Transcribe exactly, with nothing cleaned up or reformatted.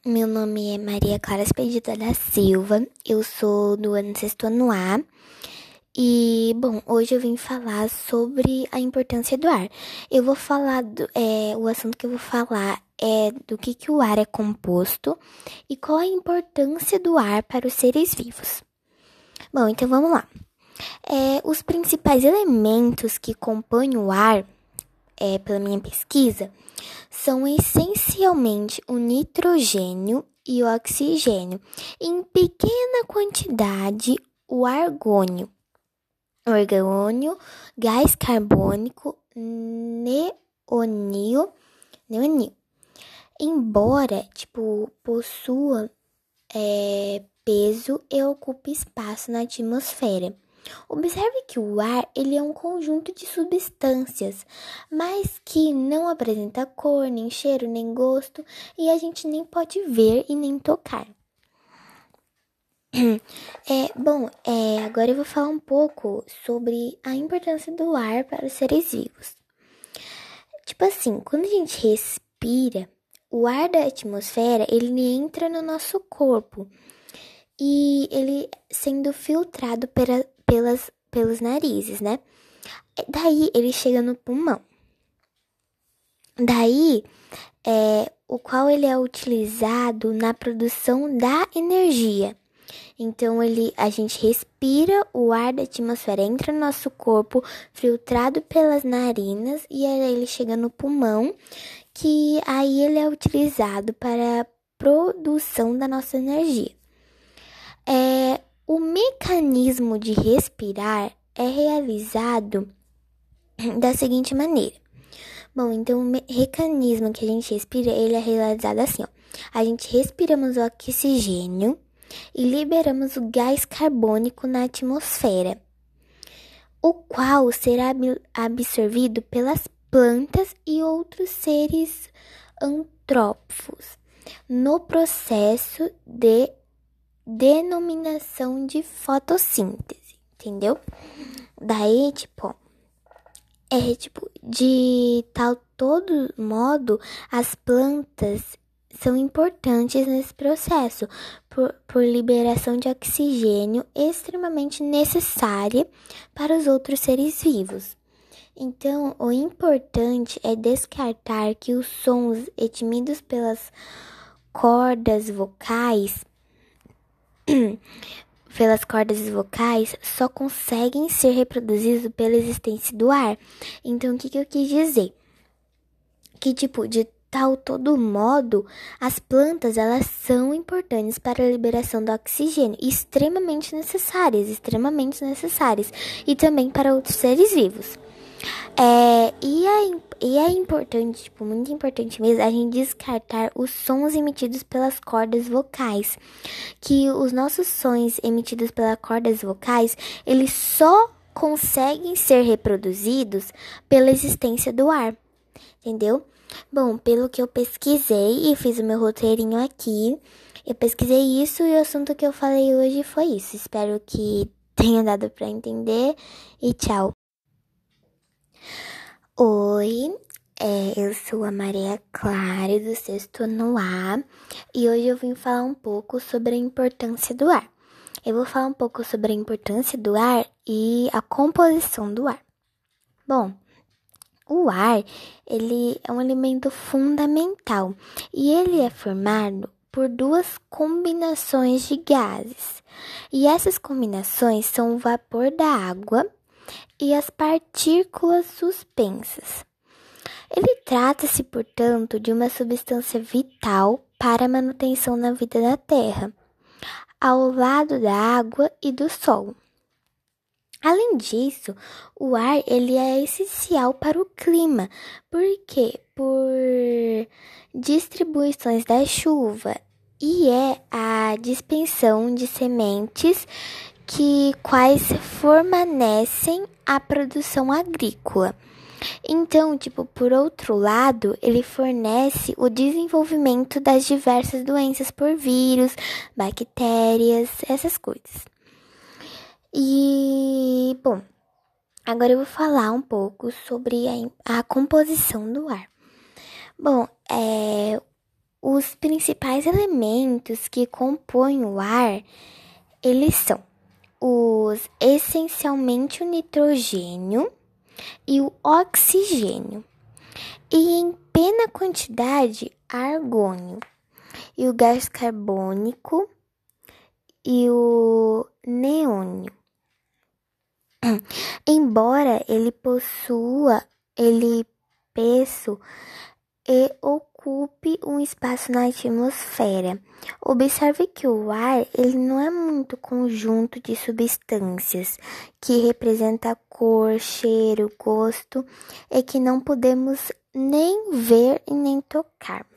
Meu nome é Maria Clara Expedita da Silva, eu sou do ano sexto ano A e, bom, hoje eu vim falar sobre a importância do ar. Eu vou falar, do, é, o assunto que eu vou falar é do que, que o ar é composto e qual a importância do ar para os seres vivos. Bom, então vamos lá. É, os principais elementos que compõem o ar, é, pela minha pesquisa, são essencialmente o nitrogênio e o oxigênio, em pequena quantidade o argônio, orgânico, gás carbônico, neonio, neonio. Embora, tipo, possua é, peso e ocupe espaço na atmosfera. Observe que o ar ele é um conjunto de substâncias, mas que não apresenta cor, nem cheiro, nem gosto, e a gente nem pode ver e nem tocar. É, bom, é, agora eu vou falar um pouco sobre a importância do ar para os seres vivos. Tipo assim, quando a gente respira, o ar da atmosfera ele entra no nosso corpo e ele sendo filtrado pela, pelas, pelos narizes, né? Daí ele chega no pulmão. Daí, é, o qual ele é utilizado na produção da energia. Então, ele, a gente respira, o ar da atmosfera entra no nosso corpo, filtrado pelas narinas, e aí ele chega no pulmão, que aí ele é utilizado para a produção da nossa energia. É, o mecanismo de respirar é realizado da seguinte maneira. Bom, então o mecanismo que a gente respira, ele é realizado assim, ó. A gente respiramos o oxigênio e liberamos o gás carbônico na atmosfera, o qual será absorvido pelas plantas e outros seres antrópofos no processo de denominação de fotossíntese, entendeu? Daí, tipo, é tipo, de tal todo modo, as plantas são importantes nesse processo, por, por liberação de oxigênio extremamente necessária para os outros seres vivos. Então, o importante é descartar que os sons emitidos pelas cordas vocais pelas cordas vocais só conseguem ser reproduzidos pela existência do ar. Então, o que, que eu quis dizer? Que, tipo, de tal todo modo, as plantas, elas são importantes para a liberação do oxigênio, extremamente necessárias, extremamente necessárias, e também para outros seres vivos. É, e, é, e é importante, tipo, muito importante mesmo, a gente descartar os sons emitidos pelas cordas vocais. Que os nossos sons emitidos pelas cordas vocais, eles só conseguem ser reproduzidos pela existência do ar, entendeu? Bom, pelo que eu pesquisei e fiz o meu roteirinho aqui, eu pesquisei isso e o assunto que eu falei hoje foi isso. Espero que tenha dado para entender e tchau. Oi, é, eu sou a Maria Clara do sexto ano A e hoje eu vim falar um pouco sobre a importância do ar. Eu vou falar um pouco sobre a importância do ar e a composição do ar. Bom, o ar, ele é um elemento fundamental e ele é formado por duas combinações de gases. E essas combinações são o vapor da água e as partículas suspensas. Ele trata-se, portanto, de uma substância vital para a manutenção na vida da Terra, ao lado da água e do solo. Além disso, o ar ele é essencial para o clima, porque por distribuições da chuva e é a dispersão de sementes que quais fornecem a produção agrícola. Então, tipo, por outro lado, ele fornece o desenvolvimento das diversas doenças por vírus, bactérias, essas coisas. E, bom, agora eu vou falar um pouco sobre a, a composição do ar. Bom, é, Os principais elementos que compõem o ar, eles são os essencialmente o nitrogênio e o oxigênio, e em pequena quantidade argônio, e o gás carbônico e o neônio. Embora ele possua, ele peso e ocupe um espaço na atmosfera. Observe que o ar ele não é muito conjunto de substâncias que representa cor, cheiro, gosto e que não podemos nem ver e nem tocar.